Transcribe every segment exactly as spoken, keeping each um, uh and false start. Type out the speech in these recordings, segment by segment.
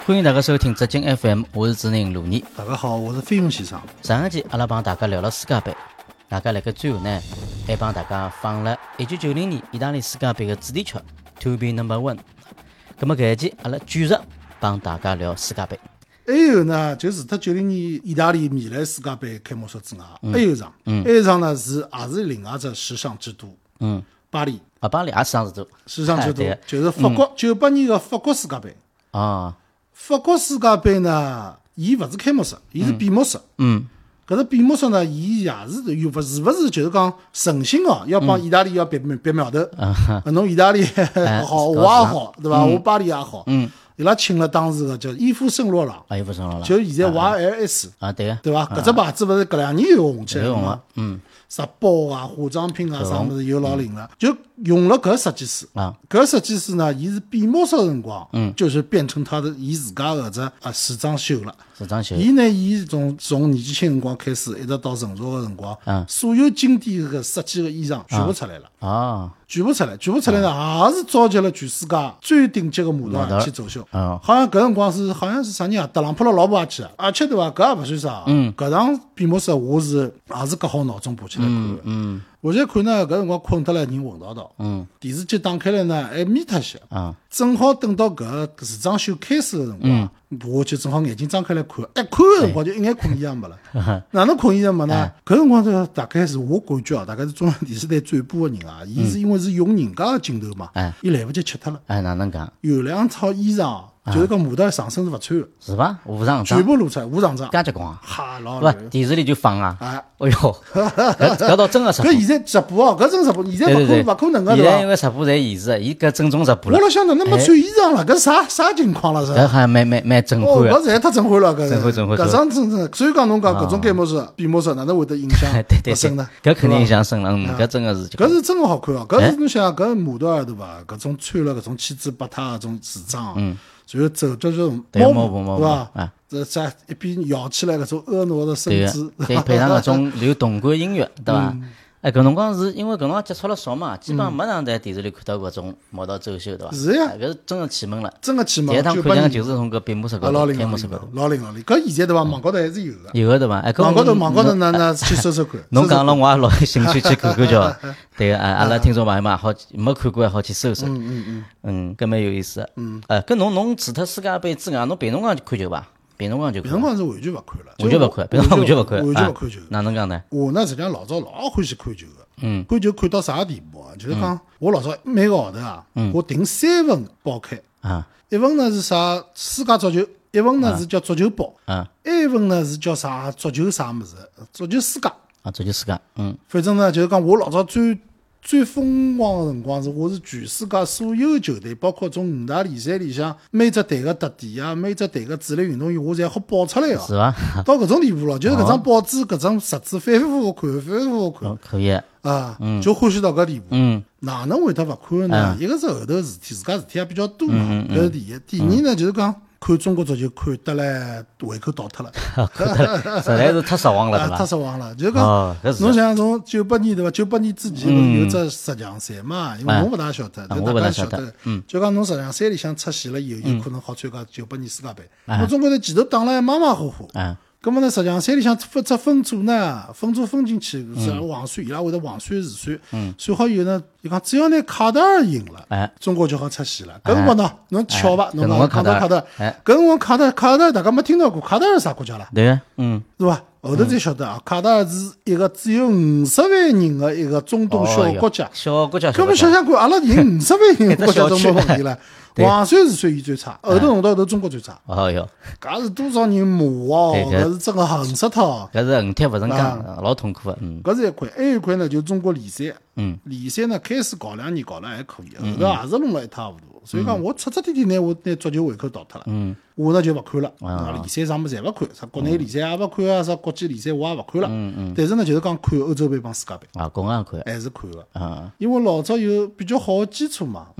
欢迎大家收听浙江 F M， 我是主持人陆毅。 大家好，我是费用先生。 上一集阿拉帮大家聊了世界杯，大家辣盖最后呢，还帮大家放了一九九零年意大利世界杯的主题曲《To Be Number One》。咁么搿一集阿拉继续帮大家聊世界杯。 还有呢，就除脱九零年意大利米兰世界杯开幕式之外，还有一场，还有一场呢是也是另外一只时尚之都，嗯，巴黎。 啊，巴黎也时尚之都， 时尚之都就是法国九八年的法国世界杯。 啊， 法国世界杯呢，伊勿是开幕式，伊是闭幕式。 嗯， 搿只闭幕式呢，伊也是又勿是勿是就是讲诚心哦，要帮意大利要别别苗头。啊，侬意大利好，我也好，对伐？我巴黎也好。嗯。伊拉请了当时个叫伊夫圣洛朗， 啊，伊夫圣洛朗， 就现在 Y L S 啊，对个， 对伐？搿只牌子勿是搿两年又红起来了嘛？ 嗯， 啥包啊、化妆品啊啥物事又老灵了，就用了搿设计师啊。 搿设计师呢，伊是闭幕式辰光，嗯，就是变成他的伊自家搿只啊时装秀了。 时装秀。 伊呢，伊从从年纪轻辰光开始，一直到成熟个辰光，嗯，所有经典搿设计个衣裳全部出来了啊。 全部出来，全部出来呢，也是召集了全世界最顶级的模特儿去走秀。 嗯， 好像搿辰光是好像是啥人啊？特朗普的老婆也去了，而且对伐？搿也勿算啥。嗯，搿场闭幕式我是也是隔好闹钟爬起来看的。嗯，我现在看呢，搿辰光困得来人昏倒倒。嗯，电视机打开来呢，还眯脱些。啊，正好等到搿时装秀开始的辰光，我就正好眼睛张开来看，一看的辰光就一眼困意也没了。哪能困意也没呢？搿辰光这大概是我感觉啊，大概是中央电视台转播的人啊，伊是因为是用人家的镜头嘛，伊来不及吃脱了。 哎，哪能讲？ 有两套衣裳，就是讲模特上身是勿穿的， 是伐？无上全部露出来，无上装， 介结棍啊！ 哈，老不，电视里就放啊！ 哎， 哎哟，搿搿倒真个直播。 搿现在直播哦，搿真直播，现在勿可勿可能个对伐？现在因对伐？ 为直播侪现实，伊搿正宗直播了。 我老想哪能没穿衣裳了？搿啥啥情况了是？ 搿还蛮蛮蛮震哦， 撼搿实在太震撼了，搿震撼震撼搿桩真真，所以讲侬讲搿种开幕式、闭幕式哪能会得影响对对勿深呢？ 搿肯定影响深了，嗯，搿真个是。 搿是真个好看哦！搿是侬想搿模特儿对伐？搿种穿了搿种千姿百态搿种时装，嗯，然后走这种猫步对伐？啊，这再一边摇起来搿种婀娜的身姿， 对，配上搿种有动感音乐，对伐？哎，搿辰光是因为搿辰光接触了少嘛，基本上没常在电视里看到搿种模特走秀，对伐？ 是呀， 搿是真个启蒙了， 真个启蒙。 第一趟看见就是从搿闭幕式高头、开幕式高头， 老灵老灵。搿现在对伐？网高头还是有个， 有个对伐？哎， 网高头网高头呢呢去搜搜看。 侬讲了，我也老有兴趣去看看叫。对个，阿拉听众朋友们好没看过还好去搜搜。 嗯嗯嗯。 嗯，搿蛮有意思。嗯。哎，搿侬侬除脱世界杯之外，侬别辰光看球伐？别辰光就看。 别辰光是完全勿看了。 完全勿看，别辰光完全勿看。 完全勿看球。 哪能讲呢？ 我呢实际上老早老欢喜看球个。 嗯， 看球看到啥地步啊？就是讲，我老早每个号头啊，我订三份报刊啊， 一份呢是啥世界足球，一份呢是叫足球报， 啊， 还一份呢是叫啥足球啥物事，足球世界啊，足球世界，嗯， 反正呢就是讲，我老早最最疯狂的辰光是，我是全世界所有球队，包括从五大联赛里向每只队个特点啊，每只队个主力运动员，我侪好报出来哦， 是伐？ 到搿种地步了，就是搿张报纸、搿张杂志反反复复看，反反复复看， 可以啊，就欢喜到搿地步。 嗯， 哪能会得勿看呢？一个是后头事体，自家事体也比较多嘛，搿是第一。第二呢，就是讲看中国足球看得来胃口倒脱了， 实在是太失望了，对伐？ 太失望了。就讲，侬想从九八年对伐？九八年之前有只十强赛嘛，因为侬勿大晓得，就大家晓得。就讲侬十强赛里向出现了以后，有可能好参加九八年世界杯。我中国队前头打了马马虎虎。咁么呢？十强赛里向分只分组呢，分组分进去是黄算，伊拉会得黄算是算，算好以后呢，伊讲只要拿卡塔尔赢了， 哎， 中国就好出线了。搿辰光喏，侬巧伐？侬讲讲到卡塔尔，搿辰光卡塔尔卡塔尔大家没听到过，卡塔尔是啥国家啦？ 对个，嗯， 是伐？后头才晓得啊，卡塔尔是一个只有五十万人的一个中东小国家， 小国家。 搿么想想看，阿拉赢五十万人国家都没问题了。黄算是算伊最差，后头弄到后头中国最差。 哦哟， 搿是多少人骂哦，搿是真个恨死脱。 搿是恨铁勿成钢，老痛苦个。嗯， 搿是一块，还有一块呢，就中国联赛。 嗯， 联赛呢开始搞两年搞了还可以，后头也是弄了一塌糊涂。所以讲，我彻彻底底拿我拿足球胃口倒脱了。嗯，我呢就勿看了，啊，联赛啥物事侪勿看，啥国内联赛也勿看啊，啥国际联赛我也勿看了。嗯嗯。但是呢，就是讲看欧洲杯帮世界杯。 啊，共样看。 还是看个。 啊。 因为老早有比较好的基础嘛。 嗯。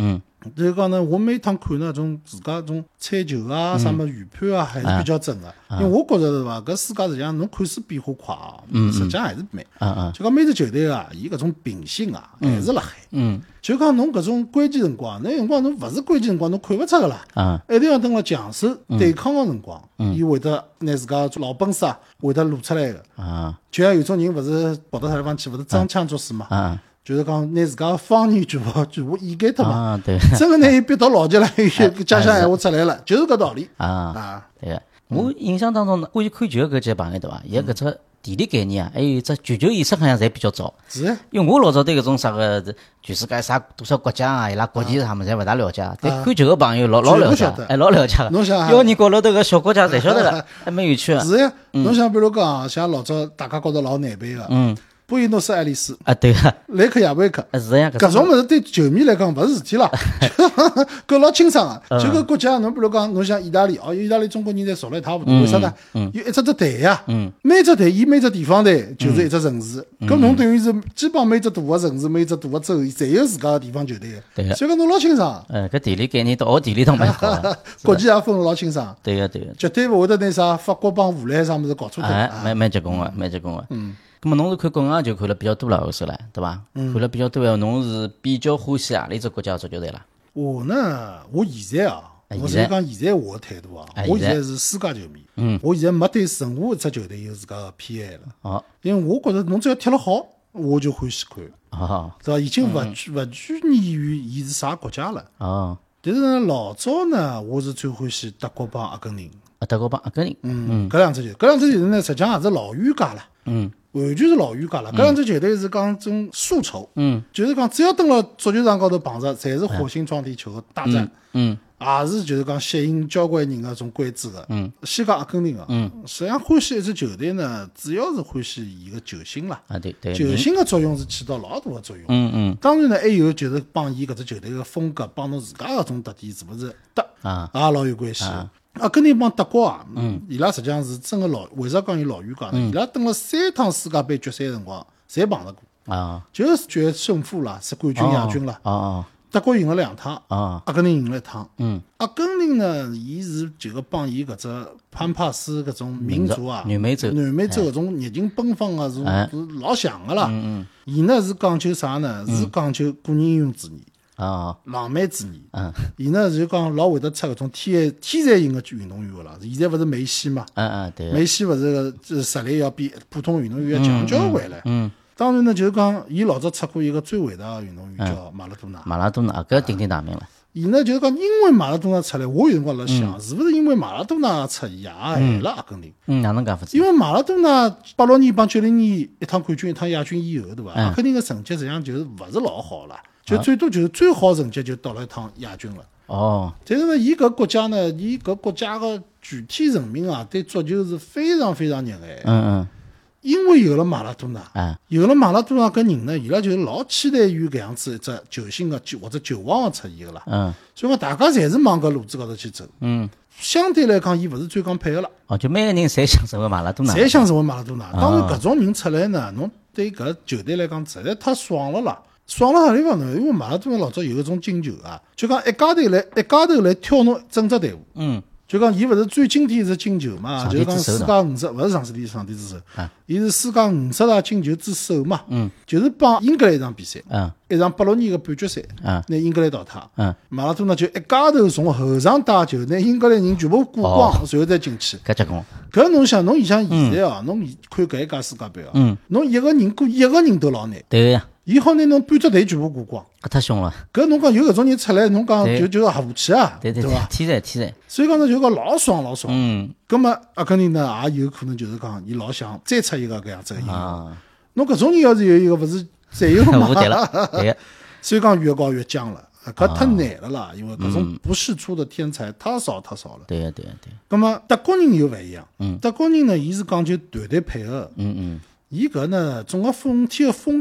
就是讲呢，我每趟看呢，种自家种猜球啊、啥么预判啊，还是比较准个。因为我觉着是伐，搿世界实际上侬看似变化快啊，实际上还是慢。就讲每支球队啊，伊搿种秉性啊，还是辣海。嗯。就讲侬搿种关键辰光，那辰光侬勿是关键辰光，侬看勿出个啦。啊。一定要等了强手对抗个辰光，伊会得拿自家老本事啊，会得露出来个。啊。就像有种人勿是跑到啥地方去，勿是装腔作势嘛。啊。就是讲，拿自家方言全部全部掩盖脱嘛， 啊、对， 真个拿伊逼到牢记了，家乡闲话出来了，就是搿道理啊啊。 对个，我印象当中，欢喜看球搿几个朋友对伐？伊搿只地理概念啊，还有只全球意识好像侪比较早。 是， 因为我老早对搿种啥个全世界啥多少国家啊，伊拉国旗啥物事侪勿大了解，对看球个朋友老老了解，哎，老了解个。 侬想， 要你高头头个小国家侪晓得个，还蛮有趣个。 是呀，侬想比如讲，像老早大家觉着老难背个，嗯。布宜诺斯艾利斯啊，对个， 雷克雅未克， 是呀， 搿种物事对球迷来讲勿是事体啦，搿老清爽个。就搿国家，侬比如讲，侬像意大利，哦，意大利中国人侪熟了一塌糊涂，为啥呢？有一只只队呀，每只队以每只地方队就是一只城市，搿侬等于是基本每只大个城市、每只大个州，侪有自家个地方球队个，所以讲侬老清爽。 嗯，搿地理概念到学地理都蛮好个， 国旗也分得老清爽。 对个，对个， 绝对勿会得拿啥法国帮荷兰啥物事搞错脱。 哎，蛮蛮结棍个，蛮结棍个。嗯。咁么侬是看国外就看了比较多了，后首来，对伐？嗯、看了比较多，侬是比较欢喜何里只国家足球队啦？ 我呢，我现在啊，我是讲现在我的态度啊，我现在是世界球迷。嗯，我现在没对任何一只球队有自家的偏爱了。哦，因为我觉着侬只要踢了好，我就欢喜看。哦，是吧？已经勿拘勿拘泥于伊是啥国家了。哦，但是呢，老早呢，我是最欢喜德国帮阿根廷。 啊，德国帮阿根廷。 嗯嗯，搿两只球，搿两只球队呢，实际上也是老冤家了。嗯。完全是老冤家了，搿两支球队是讲种宿仇，嗯，就是讲只要蹲辣足球场高头碰着，侪是火星撞地球的大战，嗯，也是就是讲吸引交关人个种关注个，嗯，先讲阿根廷个，嗯，实际上欢喜一支球队呢，主要是欢喜伊个球星啦， 啊对对， 球星个作用是起到老大个作用，嗯嗯，当然呢还有就是帮伊搿支球队个风格帮侬自家搿种特点是勿是搭啊，也老有关系。阿根廷帮德国啊，嗯，伊拉实际上是真个老，为啥讲伊老冤家呢？伊拉登了三趟世界杯决赛辰光，侪碰着过啊，就是决胜负啦，是冠军亚军啦。啊，德国赢了两趟啊，阿根廷赢了一趟。嗯，阿根廷呢，伊是就个帮伊搿只潘帕斯搿种民族啊， 南美洲， 南美洲搿种热情奔放啊，是是老像个啦。嗯嗯，伊呢是讲究啥呢？是讲究个人英雄主义。啊，浪漫主义，嗯，伊呢就讲老会得出搿种天天才型个运动员个啦。现在勿是梅西嘛，嗯嗯，对，梅西勿是个实力要比普通运动员要强交关唻。嗯，当然呢，就是讲伊老早出过一个最伟大个运动员叫马拉多纳， 马拉多纳搿鼎鼎大名了。 伊呢就是讲，因为马拉多纳出来，我有辰光辣想，是勿是因为马拉多纳出，伊也害了阿根廷？ 嗯，哪能讲法子？ 因为马拉多纳八六年帮九零年一趟冠军一趟亚军以后，对伐？阿根廷个成绩实际上就是勿是老好啦。就最多就是最好成绩就到了一趟亚军了。哦，但是呢，伊搿国家呢，伊搿国家个具体人民啊，对足球是非常非常热爱。嗯嗯。因为有了马拉多纳，啊，有了马拉多纳搿人呢，伊拉就是老期待于搿样子一只球星个或者球王个出现个啦。嗯。所以讲，大家侪是往搿路子高头去走。嗯。相对来讲，伊勿是最讲配个了。 哦，就每个人侪想成为马拉多纳。 侪想成为马拉多纳。当然，搿种人出来呢，侬对搿球队来讲实在太爽了啦。爽了啥地方呢？因为马拉多纳老早有一种进球啊，就讲一家头来一家头来挑侬整只队伍。嗯，就讲伊勿是最经典一只进球嘛，就是讲世界五十，勿是上世纪上帝之手，伊是世界五十大进球之首嘛。嗯，就是帮英格兰一场比赛，嗯，一场八六年个半决赛，嗯，拿英格兰淘汰。嗯，马拉多纳就一家头从后场带球，拿英格兰人全部过光，然后再进去。 搿结棍。 搿侬想，侬像现在哦，侬看搿一届世界杯哦，侬一个人过一个人都老难。 对呀。 伊好拿侬半只队全部过光， 搿太凶了。 搿侬讲有搿种人出来，侬讲就就下不去啊， 对对对伐？ 天才天才。 所以讲呢，就讲老爽老爽。嗯。葛末阿根廷呢，也有可能就是讲，伊老想再出一个搿样子个人。啊。侬搿种人要是有一个，勿是再有嘛？ 对了，对。 所以讲越搞越僵了，搿太难了啦，因为搿种不世出的天才太少太少了。 对呀对呀对。 葛末德国人又勿一样。嗯。德国人呢，伊是讲究团队配合。嗯嗯。伊搿呢，总个整体个风格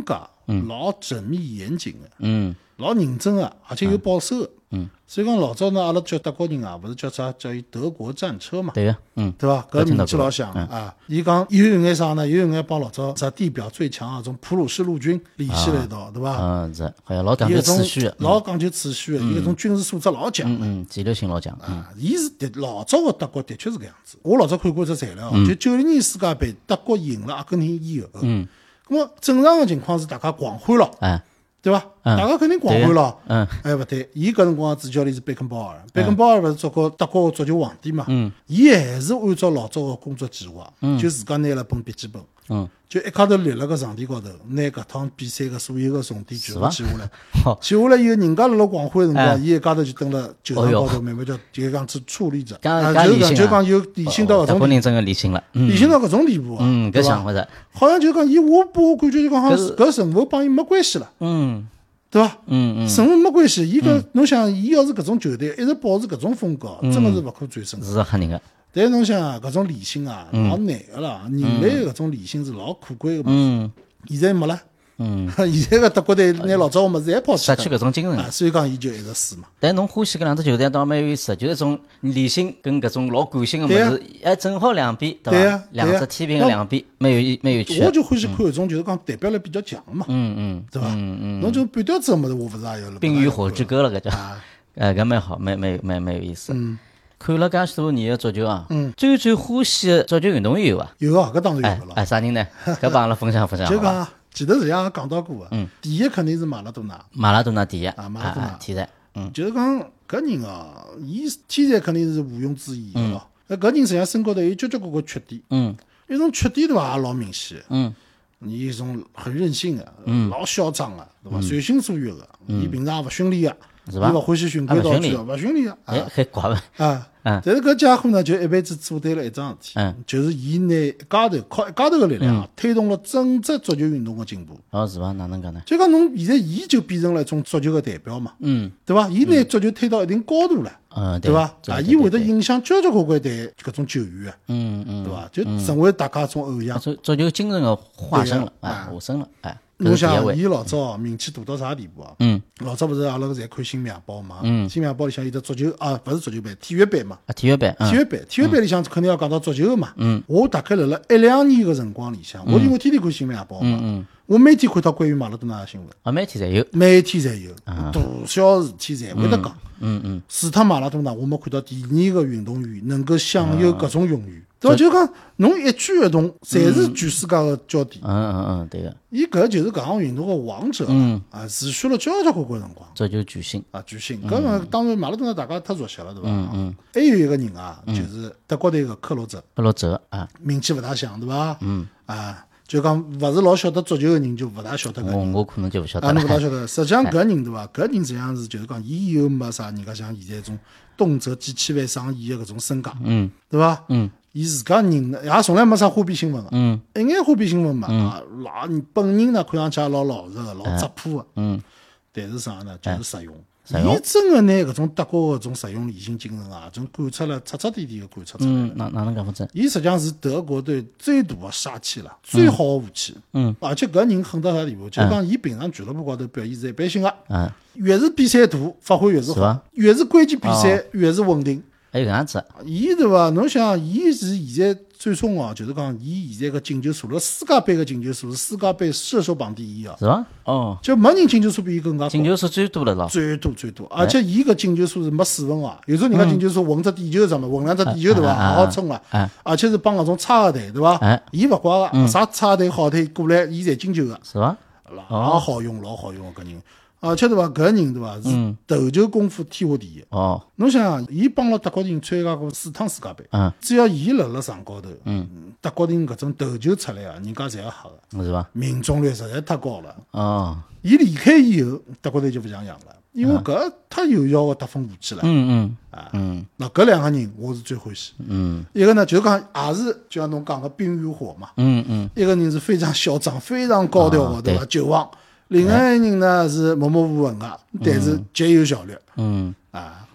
嗯， 老缜密严谨的， 嗯， 老认真的，而且有保守的。 嗯， 所以讲老早呢，阿拉叫德国人啊，不是叫啥叫伊德国战车嘛， 对个，嗯， 对伐？搿名气老响嗯啊！伊讲又有眼啥呢？又有眼帮老早啥地表最强啊，种普鲁士陆军联系了一道，对伐？ 嗯，是，好像老讲伊搿究次序的， 种老讲究次序的，伊搿种军事素质老强嗯嗯，纪律性老强，嗯啊！伊是的老早个德国的确是搿样子。我老早看过一只材料，就九零年世界杯德国赢了阿根廷以后， 嗯， 咁么正常个情况是大家狂欢了， 哎， 对伐？大家肯定狂欢了。 嗯， 哎，勿对，伊搿辰光主教练是贝肯鲍尔，贝肯鲍尔勿是做过德国个足球皇帝嘛？ 嗯， 伊还是按照老早个工作计划，就自家拿了本笔记本， 嗯， 就一开头立辣个场地高头，拿搿趟比赛个所有个重点全部记下来。 好， 记下来以后，人家辣辣狂欢个辰哎光，伊一家头就蹲辣球场哦哟高头，慢慢叫就讲去处理着。 讲啊就讲讲理性啊就讲有理性到搿种地德国人真个理性了，嗯理性到搿种地步啊， 嗯，搿对伐想法是， 好像就讲伊，我拨我感觉就讲好像是搿任务帮伊没关系了， 嗯对伐？ 嗯嗯， 任务没关系，伊搿侬想，伊要是搿种球队一直保持搿种风格，真个是勿可战胜。 是吓人个， 但侬想啊，搿种理性啊，老难个啦。人类搿种理性是老可贵个嘛。 嗯现在没了， 嗯， 现在个德国队拿老早个物事侪抛弃失去搿种精神啊， 了。 所以讲伊就一直输嘛。 但侬欢喜搿两只球队倒蛮有意思的，就是一种理性跟搿种老感性个物对啊事，哎，正好两边，对伐对啊？ 两对啊只天平个两边，蛮有意蛮有趣的。 我就欢喜看搿种就是讲代表力比较强嘛， 嗯嗯， 对伐？ 嗯嗯， 侬就半吊子个物事，我勿是也有了。 冰与火之歌了，搿叫， 啊， 呃，搿蛮好，蛮蛮蛮蛮有意思。 嗯， 看了介许多年个足球啊， 嗯， 最最欢喜个足球运动员有伐？ 有啊，搿当然哎有个了。 哎，啥人呢？搿帮阿拉分享分享好伐？ 就讲前头实际上也讲到过个， 嗯， 第一肯定是马拉多纳， 马拉多纳第一， 啊马拉多纳啊天才，嗯就是讲搿人啊，伊天才肯定是毋庸置疑个咯。那搿人实际上身高头有交交关关缺点， 嗯一种缺点对伐也老明显的。 嗯伊一种很任性的，老嚣张的，对伐？随心所欲的，伊平常也勿训练个，伊是伐勿欢喜循规蹈矩的，勿训练个哎啊， 还怪伐？ 啊。 嗯但是搿家伙呢，就一辈子做对了一桩事体嗯， 就是伊拿一家头靠一家头个力量啊，推动了整只足球运动个进步。 哦是伐？哪能讲呢？ 就讲侬现在伊就变成了一种足球个代表嘛， 嗯对伐？伊拿足球推到一定高度了。 嗯， 对伐？啊，伊会得对影响交交关关对搿种球员啊， 嗯嗯， 对伐？就成为大家一种偶像。 足足球精神个化身了， 对啊哎，化身了，哎， 侬想， 搿是第一位， 伊老早名气大到啥地步啊？ 嗯老早勿是阿拉个侪看《新民报》嘛？ 嗯新民报》里向有得足球啊，勿是足球版，体育版嘛。 啊，体育版，嗯体育版，体育版里向肯定要讲到足球个嘛。 嗯， 我大概辣辣一两年个辰光里向，我因为天天看《新民报》嘛， 嗯， 我每天看到关于马拉多纳个新闻， 啊，每天侪有， 每天侪有，大小事体侪会得讲。 嗯嗯， 除脱马拉多纳，我没看到第二个运动员能够享有搿种荣誉，对伐？就讲侬一举一动，侪是全世界个焦点。 嗯嗯嗯，对个， 伊搿就是搿项运动个王者嗯啊，持续了交交关关辰光足球巨星， 啊，巨星。搿么当然马拉多纳大家太熟悉了，对伐？ 嗯嗯， 还有一个人啊，就是德国队个克洛泽， 克洛泽啊， 名气勿大响，对伐？ 嗯， 啊，就讲勿是老晓得足球个人就勿大晓得搿人。 我我可能就勿晓啊， 得了， 侬勿大晓得，实际上搿人对伐？搿人实际上是就是讲，伊有没啥人家像现在一种动辄几千万上亿个搿种身价， 嗯对伐？ 嗯伊自家人呢，也从来没啥花边新闻个， 嗯一眼花边新闻嘛，啊，老本人呢看上去也老老实个，老质朴个， 嗯， 但是啥呢？就是实用。 实用伊真个拿搿种德国个搿种实用理性精神啊，种感出了彻彻底底个感出出来。 嗯，哪哪能讲法子？ 伊实际上是德国队最大的杀器了，最好的武器。 嗯， 而且搿人狠到啥地步？就是讲伊平常俱乐部高头表现是一般性个， 啊， 越是比赛大，发挥越是好是伐， 越是关键比赛越是稳定。 还有搿样子， 伊对伐？侬想，伊是现在最终哦，就是讲伊现在个进球数，辣世界杯个进球数是世界杯射手榜第一啊， 是伐？哦， 就没人进球数比伊更加高。 进球数最多了咯， 最多最多，而且伊个进球数是没水分啊。有时候人家进球数混只点球什么，混两只点球对伐？ 啊好好冲啊啊！ 而且是帮搿种差个队对伐哎？ 伊勿怪个，啥差队好队过来，伊侪进球个， 是伐？ 老好用，老好用个搿人。而且对伐？搿人对伐？是头球功夫天下第一。 哦， 侬想，伊帮了德国人参加过四趟世界杯， 嗯， 只要伊辣辣场高头，嗯，德国人搿种头球出来啊，人家侪要吓个， 是伐？ 命中率实在太高了。 哦， 伊离开以后，德国队就勿像样了，因为搿太有效个得分武器了。 嗯嗯啊， 嗯那搿两个人我是最欢喜。 嗯一个呢，就是讲也是就像侬讲个冰与火嘛， 嗯嗯， 一个人是非常嚣张、非常高调啊个，对伐？ 对球王。另外一个人呢是默默无闻个，但是极有效率。 嗯啊，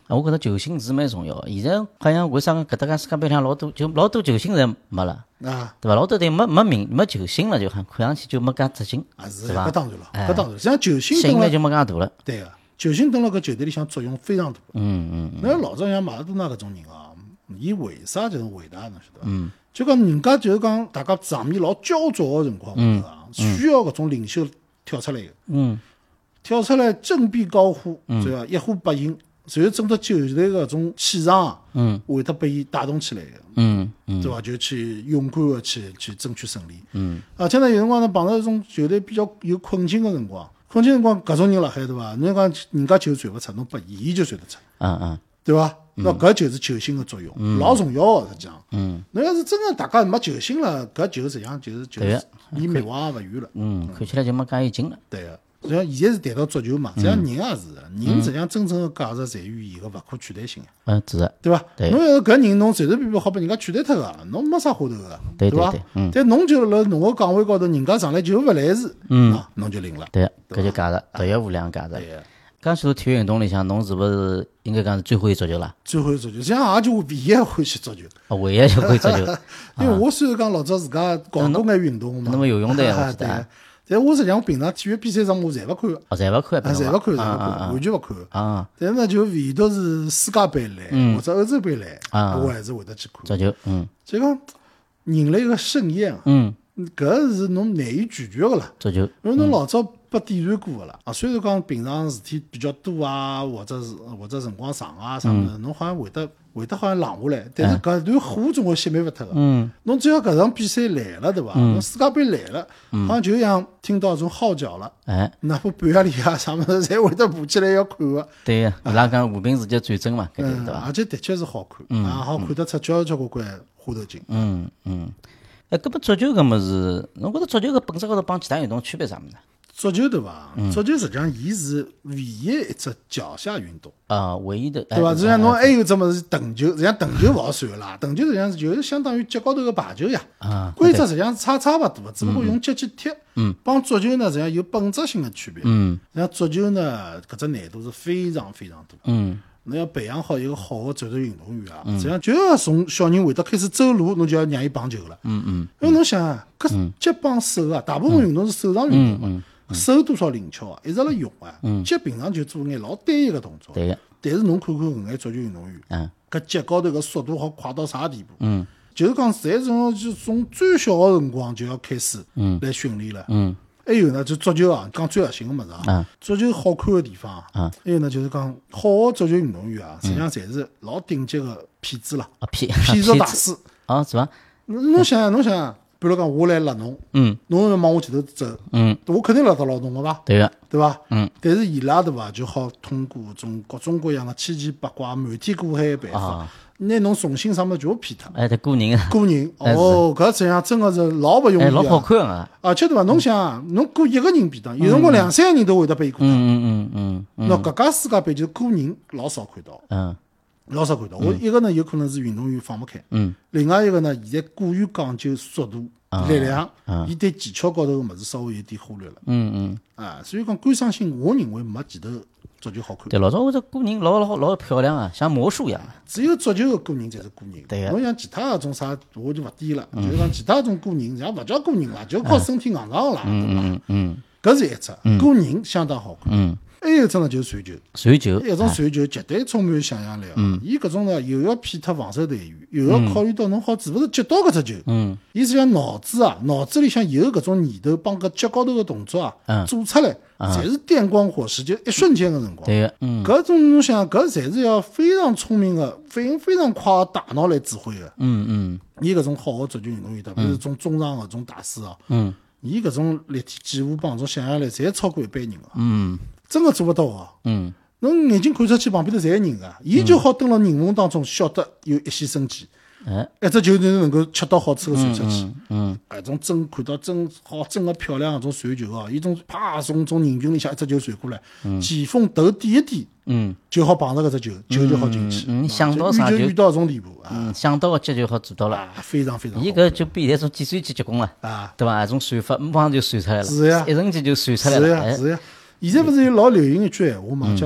啊，我觉着球星是蛮重要的。现在好像为啥搿搭介世界杯上老多就老多球星侪没了， 啊， 对伐？老多队没没名没球星了，就看看上去就没介扎劲， 啊是对伐？ 搿当然了，搿当然，像球星吸引力蹲辣就没介大了。 对个，球星蹲辣搿球队里向作用非常大。 嗯嗯那老早像马拉多纳搿种人啊，伊为啥就是伟大，侬晓得伐？嗯，就讲人家就是讲大家场面老焦灼个辰光，对伐？需要搿种领袖跳出来个， 嗯跳出来振臂高呼，对伐？一呼百应，随后整个球队个搿种气场啊， 嗯会得被伊带动起来个。 嗯嗯对伐？就去勇敢个去去争取胜利。 嗯， 而且呢，有辰光呢碰到一种球队比较有困境个辰光，困境辰光搿种人辣海对伐？侬讲人家球传勿出，侬拨伊，伊就传得出， 嗯嗯对伐？那搿就是球星个作用，老重要个实际上。 嗯侬要是真个大家没球星了，搿球实际上就是就对是离灭亡也勿远了。 嗯，看起来就没介有劲了。 对个。实际上现在是谈到足球嘛，实际上人也是的，人实际上真正个价值在于伊个勿可取代性， 嗯，是的， 对伐？ 对侬要是搿人侬随随便便好拨人家取代脱个，侬没啥花头个，伐对对对？嗯但侬就辣侬个岗位高头，人家上来就勿来事， 嗯啊，侬就领了。 对，搿就价值独一无二价值。 对个， 刚说体育运动里向，侬是勿是应该讲是最欢喜足球啦？ 最欢喜足球，实际上也就唯一欢喜足球， 啊，唯一就欢喜足球。 因为我虽然讲老早自家搞过眼运动嘛， 那么游泳队啊我记得对，但我实际上平常体育比赛上我侪勿看个， 哦，侪勿看， 啊，侪勿看，侪勿啊看，完全勿看。 啊， 但是呢，就唯独是世界杯来或者欧洲杯来， 啊我还是会得去看。 足球，嗯就讲人类个盛宴啊， 嗯， 搿是侬难以拒绝个啦。 足球， 因为侬老早被点燃过个啦，啊，虽然讲平常事体比较多啊，或者是或者辰光长啊啥物事，侬好像会得会得好像冷下来，但是搿段火总归熄灭勿脱个。 嗯侬只要搿场比赛来了，对伐？侬世界杯来了，好像就像听到种号角了， 哎， 哪怕半夜里啊啥物事，侪会得爬起来要看个。 对个，伊拉讲和平世界战争嘛，搿就是嗯， 对伐？ 而且的确是好看，啊，好看得出交交关关花头劲。 嗯嗯，哎，搿么足球搿么是，侬觉着足球搿本质高头帮其他运动区别啥物事？ 足球对伐？足球实际上伊是唯一一只脚下运动。 啊，唯一的， 对伐？ 哎实际上侬还有只物事藤球，实际上藤球勿好算个啦。藤球实际上就是相当于脚高头个排球呀。 啊， 规则实际上是差差勿多，只不过用脚去踢。嗯。帮足球呢，实际上有本质性的区别。 嗯。 实际上足球呢，搿只难度是非常非常大。 嗯侬要培养好一个好的足球运动员啊，实际上就要从小人会得开始走路，侬就要让伊碰球了。 嗯嗯， 因为侬想啊，搿脚帮手啊，大部分运动是手上运动嘛，手多少灵巧啊，一直辣用啊。脚平常就做眼老单一个动作。 对个， 但是侬看看搿眼足球运动员， 嗯搿脚高头搿速度好快到啥地步？ 嗯就是讲，侪从就从最小个辰光就要开始来训练了。 嗯还有呢，就足球啊，讲最核心个物事啊嗯， 足球好看个地方啊， 嗯还有呢就是讲好个足球运动员啊，实际上侪是老顶级个骗子啦， 啊骗骗术大师。 啊是伐？ 侬侬想想，侬想想，比如讲我来勒侬， 嗯侬要往我前头走， 嗯， 我肯定勒得牢侬个伐？ 对个， 对伐？ 嗯。 但是伊拉对伐，就好通过种各种各样个千奇百怪、瞒天过海个办法啊， 拿侬重新啥物事全部骗脱。 哎，得过人啊， 过人哎是哦，搿实际上真个是老勿容易哎，老好啊！ 看啊， 而且对伐？侬想啊，侬过一个人便当，有辰光两三个人都会得被伊过脱。 嗯嗯嗯嗯嗯那搿家世界杯就过人老少看到， 嗯老少看到。我一个呢，有可能是运动员放勿开， 嗯另外一个呢，现在过于讲究速度、力量啊， 伊对技巧高头个物事稍微有点忽略了嗯嗯， 啊。所以讲观赏性，我认为没前头足球好看。 对，老早我这过人老老老漂亮啊，像魔术一样。 只有足球个过人才是过人， 对个侬像其他个种啥，我就勿点了。就是讲其他种过人，实际上勿叫过人啦，就靠身体硬仗啦，对伐？ 嗯嗯搿是一只过人相当好看。 嗯， 还有一只呢，就是传球， 传球， 一种传球绝对充满想象力哦。伊搿种呢，又要骗脱防守队员，又要考虑到侬好是勿是接到搿只球。 嗯伊实际上脑子啊，脑子里向有搿种念头，帮搿脚高头个动作啊， 嗯做出来，侪是电光火石，就一瞬间个辰光。 对个，嗯搿种侬想，搿侪是要非常聪明个、反应非常快个大脑来指挥个。 嗯嗯伊搿种好个足球运动员，特别是种中场搿种大师哦， 嗯伊搿种立体几乎帮种想象力，侪超过一般人个， 嗯真个做勿到哦。 嗯侬眼睛看出去旁边头侪是人个，伊就好蹲辣人缝当中，晓得有一线生机， 哎一只球就能够恰到好处个传出去。 嗯搿种真看到真好真个漂亮搿种传球哦，伊种啪从从人群里向一只球传过来，前锋头点一点嗯就好碰着搿只球，球就好进去。 嗯嗯想到啊啥就就遇到搿种地步啊， 嗯，想到个脚就好做到了。 啊，非常非常好伊搿就比那种计算机结棍了， 啊。 对伐？那种算法马上就算出来了， 是呀一瞬间就算出来是了。哎呀是呀，现在勿是有老流行一句闲话嘛，叫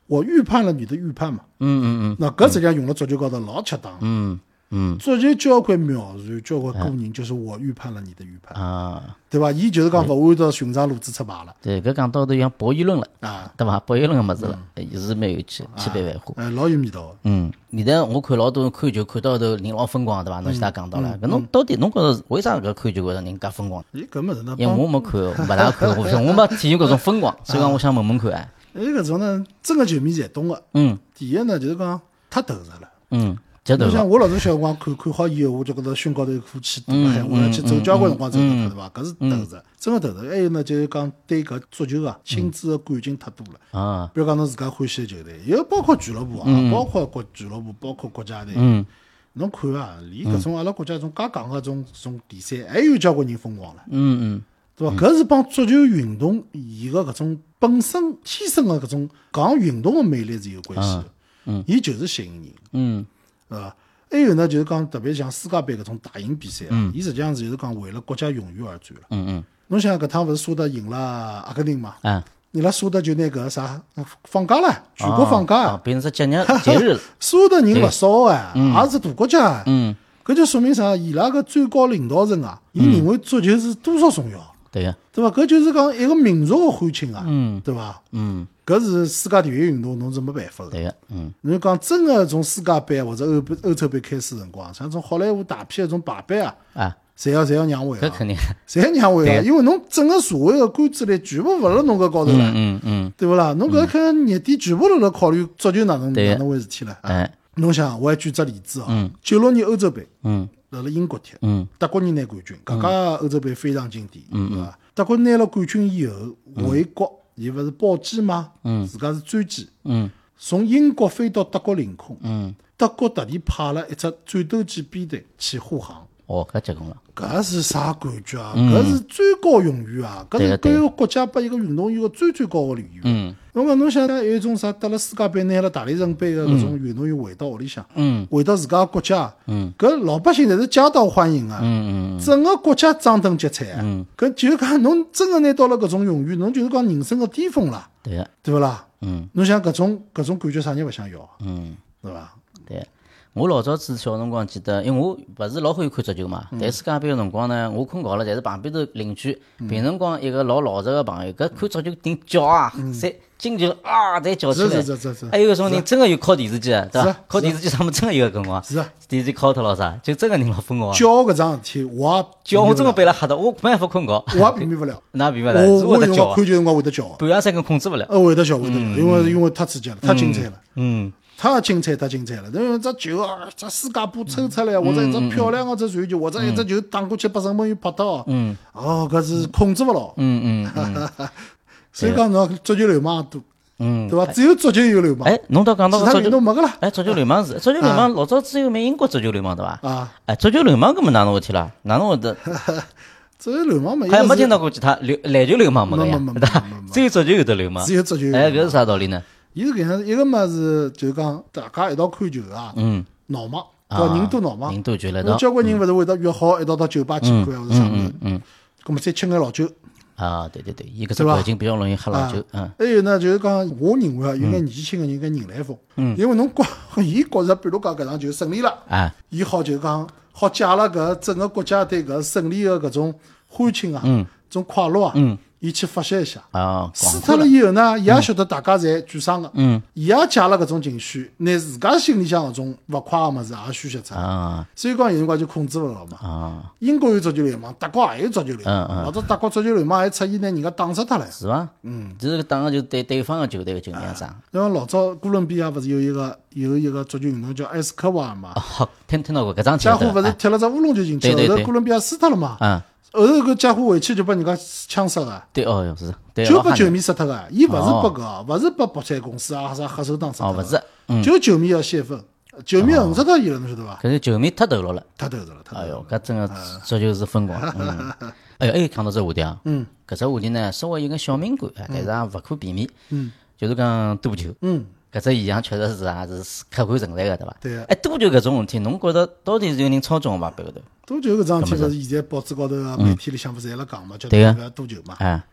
我预判了你的预判嘛。 嗯嗯嗯。 那搿实际上用了足球高头老恰当。 嗯嗯。 足球交关描述，交关个人，就是我预判了你的预判啊， 对伐？伊就是讲勿按照寻常路子出牌了。 对，搿讲到头像博弈论了啊， 对伐？博弈论个物事了，也是蛮有趣，千变万化。 哎，老有味道个。 嗯，现在我看老多人看球看到头人老疯狂对伐？侬前头讲到了，搿侬到底侬觉着为啥搿看球觉着人介疯狂？ 咦，搿物事呢？ 因为我没看，勿大看，我我没体验过搿种疯狂，所以讲我想问问看哎。 哎，搿种呢，真个球迷侪懂个。 嗯。 第一呢，就是讲太投入了。 嗯。就像我老早小辰光看看好以后，我就觉着胸高头有颗气大海，我要去走交关辰光走得脱，对伐？搿是投入，真个投入。还有呢，就是讲对搿足球啊，亲子个感情太多了啊。比如讲侬自家欢喜个球队，又包括俱乐部啊，包括国俱乐部，包括国家队。嗯。侬看啊，连搿种阿拉国家种介强个种种比赛，还有交关人疯狂了。嗯嗯。对伐？搿是帮足球运动伊个搿种本身天生个搿种讲运动个魅力是有关系个。嗯。伊就是吸引人。嗯。对伐？还有呢，就是讲特别像世界杯搿种大型比赛啊，伊、嗯、实际上就是讲为了国家荣誉而战了。嗯嗯。侬想搿趟勿是沙特赢了阿根廷嘛？啊。伊拉沙特就拿搿啥放假了，全国放假啊， 变成只节日节日了。 沙特人勿少哎，也是大国家。嗯。搿就说明啥？伊拉个最高领导人啊，伊认为足球是多少重要。 对个。 对伐？搿就是讲一个民族个欢庆啊。嗯。对伐？嗯。搿是世界体育运动，侬是没办法个。 对个，嗯。 侬讲真个从世界杯或者欧欧洲杯开始辰光，像从好莱坞大片搿种排版啊，啊，侪要侪要让位啊。 搿肯定。 侪要让位啊，因为侬整个社会个关注力全部勿辣侬搿高头了。嗯嗯。对勿啦？侬搿看热点全部辣辣考虑足球哪能哪能回事体了。哎。侬想，我还举只例子哦。九六年欧洲杯。嗯。辣辣英国踢。嗯。德国人拿冠军，搿家欧洲杯非常经典，对伐？德国拿了冠军以后回国。伊勿是包机吗？嗯，自家是专机。嗯，从英国飞到德国领空。嗯，德国特地派了一只战斗机编队去护航。 哦，搿结棍了。 搿是啥感觉啊？搿、嗯、是最高荣誉啊！搿是对一个国家拨一个运动员个最最高个礼遇。嗯，侬讲侬想有一种啥得了世界杯拿了大力神杯个搿种运动员回到屋里向，嗯，回到自家国家，嗯，搿老百姓侪是皆大欢迎啊！嗯嗯，整个国家张灯结彩啊！嗯，搿就讲侬真个拿到了搿种荣誉，侬就是讲人生个巅峰啦。 对个， 对勿啦？嗯，侬想搿种搿种感觉啥人勿想要？嗯，对伐？ 对。我老早子小辰光记得，因为我勿是老欢喜看足球嘛。但世界杯个辰光呢，我困觉了，但是旁边头邻居平辰光一个老老实个朋友，搿看足球顶叫啊，侪进球啊，侪叫起来。 是是是是。 还有搿种人真个有靠电视机个，对伐？靠电视机上面真个有搿辰光。 是啊。 电视机敲脱了啥？就真个人老疯狂。 叫搿桩事体，我叫我真个被伊拉吓到，我没办法困觉。 我也避免勿了。 哪避免勿了？是会得叫。 看球辰光会得叫。 半夜三更控制勿了。 呃，会得叫，会得叫，因为因为太刺激了，太精彩了。嗯。太精彩，太精彩了！因为只球啊，只世界波抽出来，或者一只漂亮个只传球，或者一只球打过去把守门员拍到，嗯，哦，搿是控制勿牢，嗯嗯，所以讲侬足球流氓多，嗯，对伐？只有足球有流氓， 哎，侬倒讲到足球运动没个啦， 哎，足球流氓是足球流氓，老早子有名英国足球流氓对伐？啊，哎，足球流氓搿么哪能回事体啦？哪能会得？ 足球流氓嘛， 还没听到过其他流篮球流氓没个呀？对伐？只有足球有得流氓， 只有足球， 哎，搿是啥道理呢？ 伊是搿样，一个嘛是就是讲大家一道看球啊，嗯，闹忙，对伐？人多闹忙， 人多聚了一道， 交关人勿是会得约好一道到酒吧去看，或者啥物事，嗯，搿么再请眼老酒。 啊，对对对，伊搿只环境比较容易喝老酒，嗯。 还有呢，就是讲，我认为啊，有眼年轻个人搿人来疯，嗯，因为侬觉，伊觉着，比如讲搿场球胜利了，啊，伊好就讲好借了搿整个国家对搿胜利个搿种欢庆啊，嗯，种快乐啊，嗯。伊去发泄一下，啊，输脱了以后呢，伊也晓得大家侪沮丧个，嗯，伊也借了搿种情绪，拿自家心里向搿种勿快个物事也宣泄出来，啊，所以讲有辰光就控制勿牢嘛，啊，英国有足球流氓，德国也有足球流氓，或者德国足球流氓还出现拿人家打死脱了， 是伐？嗯，就是打个就对对方个球队个球员上， 因为老早哥伦比亚勿是有一个有一个足球运动叫埃斯科瓦尔嘛， 哦，听听到过搿桩家伙勿是踢了只乌龙球进去，后头哥伦比亚输脱了嘛，嗯。后头搿家伙回去就把人家枪杀个， 对哦，是，对， 就把球迷杀脱个，伊勿是拨搿，勿是拨博彩公司啊啥黑手党杀脱， 哦，勿是， 就球迷要泄愤，球迷恨死脱伊了，侬晓得伐？ 可是球迷太投入了， 太投入了， 哎哟，搿真个足球是疯狂，嗯，哎哟，还有讲到这话题啊，嗯，搿只话题呢稍微有眼小敏感，但是也勿可避免，嗯，就是讲赌球，嗯。搿只现象确实是也是客观存在个，对伐？ 对个。 哎，赌球搿种事体，侬觉着到底是有人操纵伐？背后头？ 赌球搿桩事体，勿是现在报纸高头啊、媒体里向勿是侪辣讲嘛？叫那个赌球嘛。哎。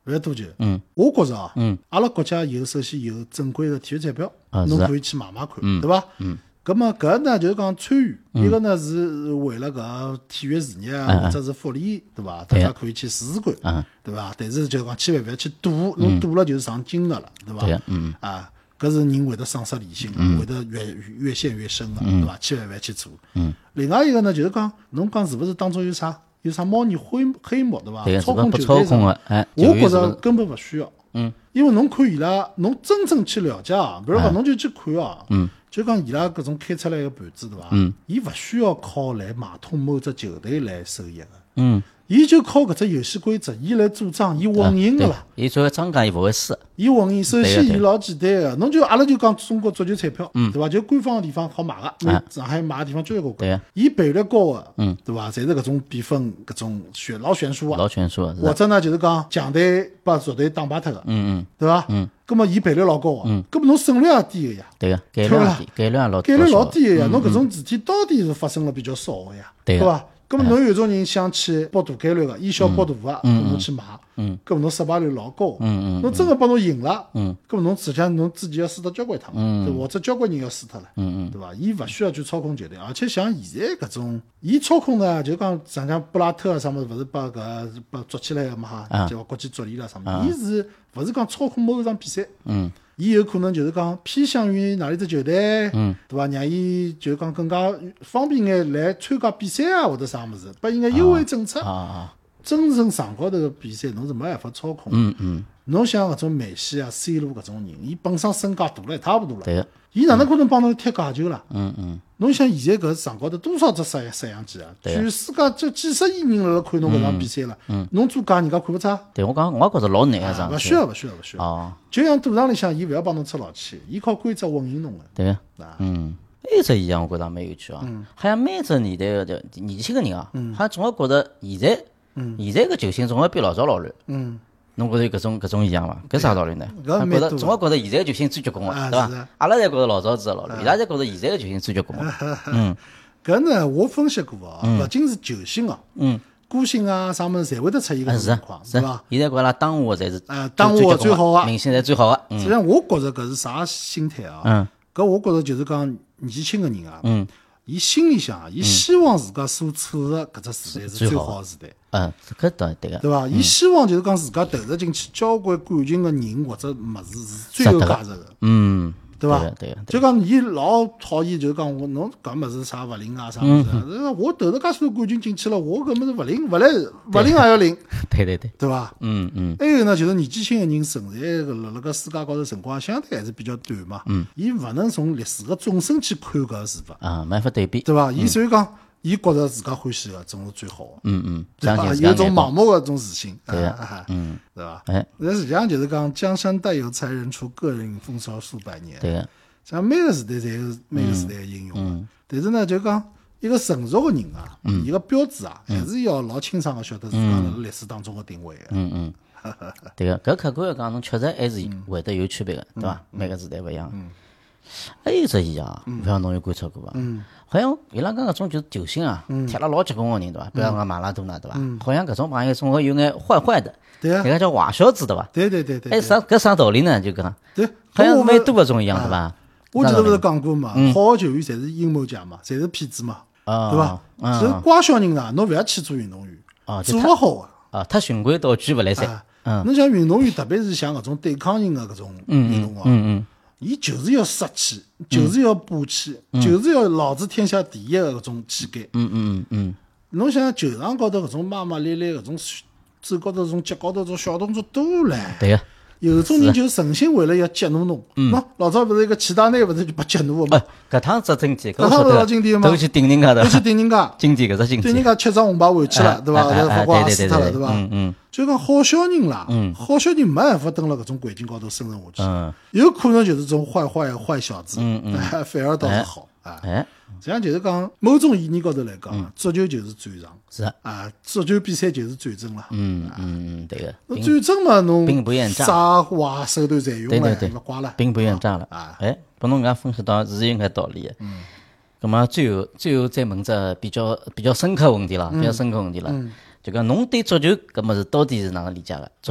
勿要赌球。 嗯， 我觉着啊， 嗯， 阿拉国家有首先有正规的体育彩票， 啊是啊侬可以去买买看， 嗯对伐？ 嗯。 咁么搿呢就是讲参与，一个呢是为了搿体育事业啊， 嗯或者是福利，对伐？大对啊家可以去试试看， 嗯对伐？但是就讲千万勿要去赌，侬赌了就是上金额了，对伐？ 对啊嗯啊，搿是人会得丧失理性的，会得越越陷越深的，对伐？千万勿要去做。 嗯。 另外一个呢，就是讲侬讲是勿是当中有啥有啥猫腻黑黑幕，对伐？ 对个， 操是不不控球队上操控个，哎， 我觉球员是不是着根本勿需要。 嗯， 因为侬看伊拉，侬真正去了解啊，比如讲侬就去看啊， 嗯， 就讲伊拉搿种开出来个盘子，对伐？ 嗯， 伊勿需要靠来买通某只球队来收益个， 嗯， 伊就靠搿只游戏规则，伊来主张，伊混赢个对啦。， 伊作为庄家伊勿会输， 伊混赢，首先伊对个对老简单个，侬就阿拉就讲中国足球彩票，对伐？就官方个地方好买个，因为啊上海买个地方交关对个个，伊赔率高个， 嗯， 对伐？侪是搿种比分，搿种悬老悬殊啊。 老悬殊个，是或吧？ 者呢就是讲强队把弱队打败脱个， 嗯嗯， 对伐？ 嗯， 葛末伊赔率老高个，葛末侬胜率也低个呀， 对个，概率对吧也低，概率也老概率老小低个呀。侬搿种事体到底是发生了比较少个呀， 对个伐？葛末侬有种人想去博大概率个，以小博大个，侬去买， 嗯， 葛末侬失败率老高， 嗯嗯侬真个帮侬赢了， 嗯， 葛末侬实际上侬自己要输脱交关趟， 嗯对伐？或者交关人要输脱了， 嗯嗯对伐？伊勿需要去操控球队，而且像现在搿种，伊操控呢，就讲像像布拉特啊啥物事，勿是把搿把捉起来个嘛哈， 啊叫国际足联啦啥物事，伊是勿是讲操控某一场比赛？ 嗯伊有可能就是讲偏向于哪里只球队， 嗯， 对伐？让伊就讲更加方便眼来参加比赛啊，或者啥物事，拨伊眼优惠政策。 啊啊， 真正场高头个比赛，侬是没办法操控。 嗯嗯， 侬像搿种梅西啊、C 罗搿种人，伊本身身价大了一塌糊涂了， 对个， 伊哪能可能帮侬踢假球啦？ 嗯嗯， 侬想现在搿场高头多少只摄摄像机啊？全世界就几十亿人辣辣看侬搿场比赛了，侬做假人家看勿出？ 对我讲，我也觉着老难个啊， 桩事体， 勿需要，勿需要，勿需要。 哦， 就像赌场里向，伊勿要帮侬出老千，伊靠规则混赢侬个。 对个， 啊， 嗯。还有一只现象，我觉着蛮有趣啊，好像每只年代个就年轻个人啊，好像总归觉着现在，现在个球星总归比老早老乱。 嗯， 侬觉着有搿种搿种现象伐？搿啥道理呢？ 搿蛮多的觉着总归觉着现在个球星最结棍个， 啊对伐是的？ 阿拉侪觉着老早子个老乱，伊拉侪觉着现在个球星最结棍个。嗯搿呢，我分析过啊，勿仅是球星哦， 嗯， 歌星啊啥物事，侪会得出现搿啊是啊种情况， 是对伐啊？，现在觉着阿拉当下个侪是呃当下个最好个明星侪最好个。嗯实际上，我觉着搿是啥心态啊？ 嗯搿我觉着就是讲年轻个人啊， 嗯伊心里向啊，伊希望自家所处个搿只时代是最好个时代， 嗯，搿倒对个。 对伐？伊希望就是讲自家投入进去交关感情个人或者物事是最有价值个， 嗯， 对伐？ 对个对个。 就讲伊老讨厌，就是讲我侬搿物事啥勿灵啊啥物事啊，我投入介许多感情进去了，我搿物事勿灵，勿来勿灵也要灵， 对对对， 对伐？ 嗯嗯还有呢，就是年纪轻个人存在搿辣辣搿世界高头辰光相对还是比较短嘛，嗯，伊勿能从历史个纵深去看搿个事法， 啊，没法对比。 对伐？伊所以讲，伊觉着自家欢喜个总是最好个， 嗯嗯， 对伐？ 相信自有种盲家眼光。 目个种自信， 对个啊， 嗯， 对伐？ 哎， 但实际上就是讲，江山代有才人出，个人风骚数百年。 对个。 像每个时代侪有每个时代个应用个，但是呢，就讲一个成熟个人啊，伊个标志啊，还是要老清爽个晓得自家辣辣历史当中个定位个。 嗯嗯，对个，搿客观个讲，侬确实还是会得有区别个，对伐？每个时代勿一样。还有一只现象啊，勿晓得侬有观察过伐？好像伊拉讲搿种就是球星啊，踢了老结棍个人，对伐？比方讲马拉多纳，对伐？好像搿种朋友总归有眼坏坏的， 对啊人家叫坏小子，对伐？ 对对对对哎，啥搿啥道理呢？就讲， 对， 好像我蛮多搿种一样，对伐？ 我记得勿是讲过嘛，好个球员侪是阴谋家嘛，侪是骗子嘛， 啊， 对伐？ 啊所以乖小人啊，侬勿要去做运动员， 啊，就他做勿好个。 啊，他循规蹈矩勿来三。 啊嗯侬像运动员，特别是像搿种对抗型个搿种运动啊， 嗯嗯伊就是要杀气，就是要霸气，就是要老子天下第一个搿种气概。 嗯嗯嗯嗯侬想球场高头搿种骂骂咧咧搿种手高头搿种脚高头搿种小动作多唻。 对个。 有种人就诚心为了要激怒侬。喏，老早勿是一个齐达内勿是就被激怒个嘛？ 哎，搿趟只经典， 搿趟勿是老经典吗都去顶人家的， 都去顶人家， 经典搿只经典， 对人家七张红牌回去了，对伐？ 哎发光也输脱了，对伐？ 嗯嗯。 就讲好小人啦，好小人没办法蹲辣搿种环境高头生存下嗯去，有可能就是种坏坏的坏小子，反而倒是好啊。 哎， 实际上就是讲，某种意义高头来讲，足球就是战场， 是啊， 啊，足球比赛就是战争了。 嗯嗯嗯，对个， 那战争嘛，侬兵不厌诈啥坏手段侪用了， 对对对勿怪了。 兵不厌诈了啊。 哎，拨侬搿样分析到是有眼道理个。嗯。葛末最后最后再问只比较比较深刻问题了，比较深刻问题了。就讲侬对足球搿物事到底是哪能理解个？足球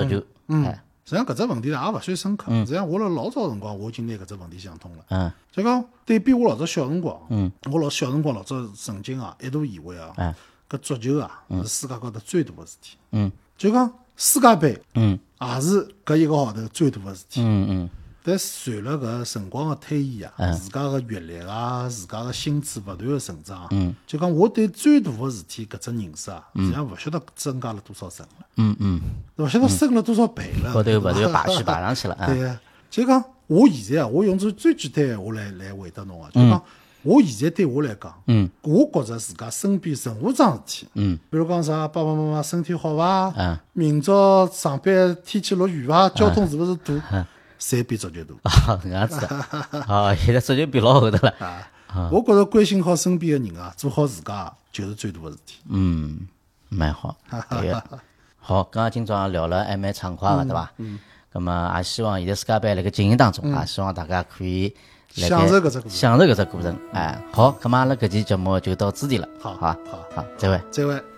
嗯， 哎实际上搿只问题呢也勿算深刻。实际上我辣老早辰光我已经拿搿只问题想通了。 嗯就讲对比我老早小辰光， 嗯， 我老小辰光老早曾经啊一度以为啊， 哎搿足球啊是世界高头最大个事体。 嗯就讲世界杯， 嗯也是搿一个号头最大个事体。 嗯嗯但随了搿辰光个推移啊，自家个阅历啊，自家个心智勿断个成长， 嗯， 就讲我对最大个事体搿只认识啊，实际上勿晓得增加了多少层了， 嗯嗯， 勿晓得升了多少倍了。 高头勿断对吧排序排上去了啊。 对个，就讲我现在啊，我用最最简单个闲话来来回答侬啊，就讲我现在对我来讲， 嗯， 我觉着自家身边任何桩事体， 嗯， 比如讲啥爸爸妈妈身体好伐？ 嗯， 明朝上班天气落雨伐？交通是勿是堵？侪比足球大。 啊，搿样子啊，哦，现在足球比老后头了。 啊，我觉着关心好身边个人啊，做好自家就是最大个事体。 嗯，蛮好，对个。好，刚刚今朝聊了还蛮畅快个，对伐？嗯。咁么也希望现在世界杯辣盖进行当中啊，希望大家可以辣盖享受搿只过程享受搿只过程。哎，好，咁么阿拉搿期节目就到此地了。 好， 好， 好， 好，再会。 再会。